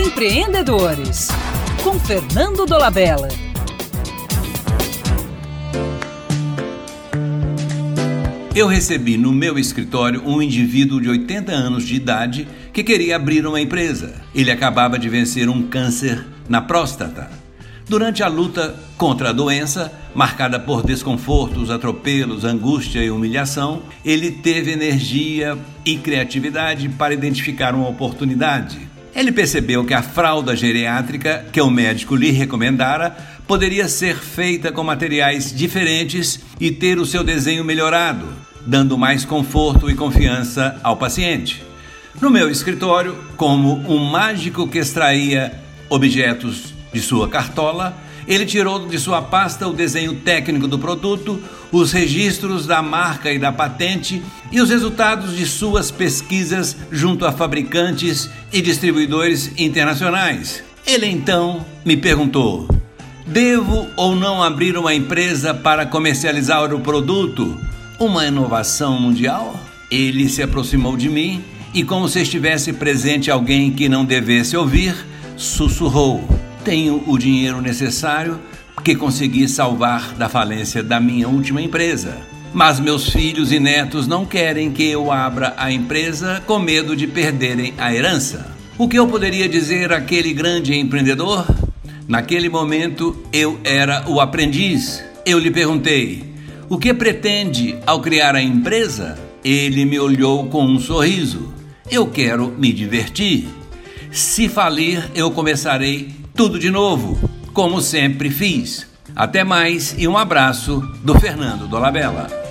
Empreendedores, com Fernando Dolabella. Eu recebi no meu escritório um indivíduo de 80 anos de idade que queria abrir uma empresa. Ele acabava de vencer um câncer na próstata. Durante a luta contra a doença, marcada por desconfortos, atropelos, angústia e humilhação, ele teve energia e criatividade para identificar uma oportunidade. Ele percebeu que a fralda geriátrica que o médico lhe recomendara poderia ser feita com materiais diferentes e ter o seu desenho melhorado, dando mais conforto e confiança ao paciente. No meu escritório, como um mágico que extraía objetos de sua cartola, ele tirou de sua pasta o desenho técnico do produto, os registros da marca e da patente e os resultados de suas pesquisas junto a fabricantes e distribuidores internacionais. Ele então me perguntou: devo ou não abrir uma empresa para comercializar o produto? Uma inovação mundial? Ele se aproximou de mim e, como se estivesse presente alguém que não devesse ouvir, sussurrou: tenho o dinheiro necessário que consegui salvar da falência da minha última empresa. Mas meus filhos e netos não querem que eu abra a empresa com medo de perderem a herança. O que eu poderia dizer àquele grande empreendedor? Naquele momento eu era o aprendiz. Eu lhe perguntei: o que pretende ao criar a empresa? Ele me olhou com um sorriso. Eu quero me divertir. Se falir, eu começarei tudo de novo, como sempre fiz. Até mais e um abraço do Fernando Dolabella.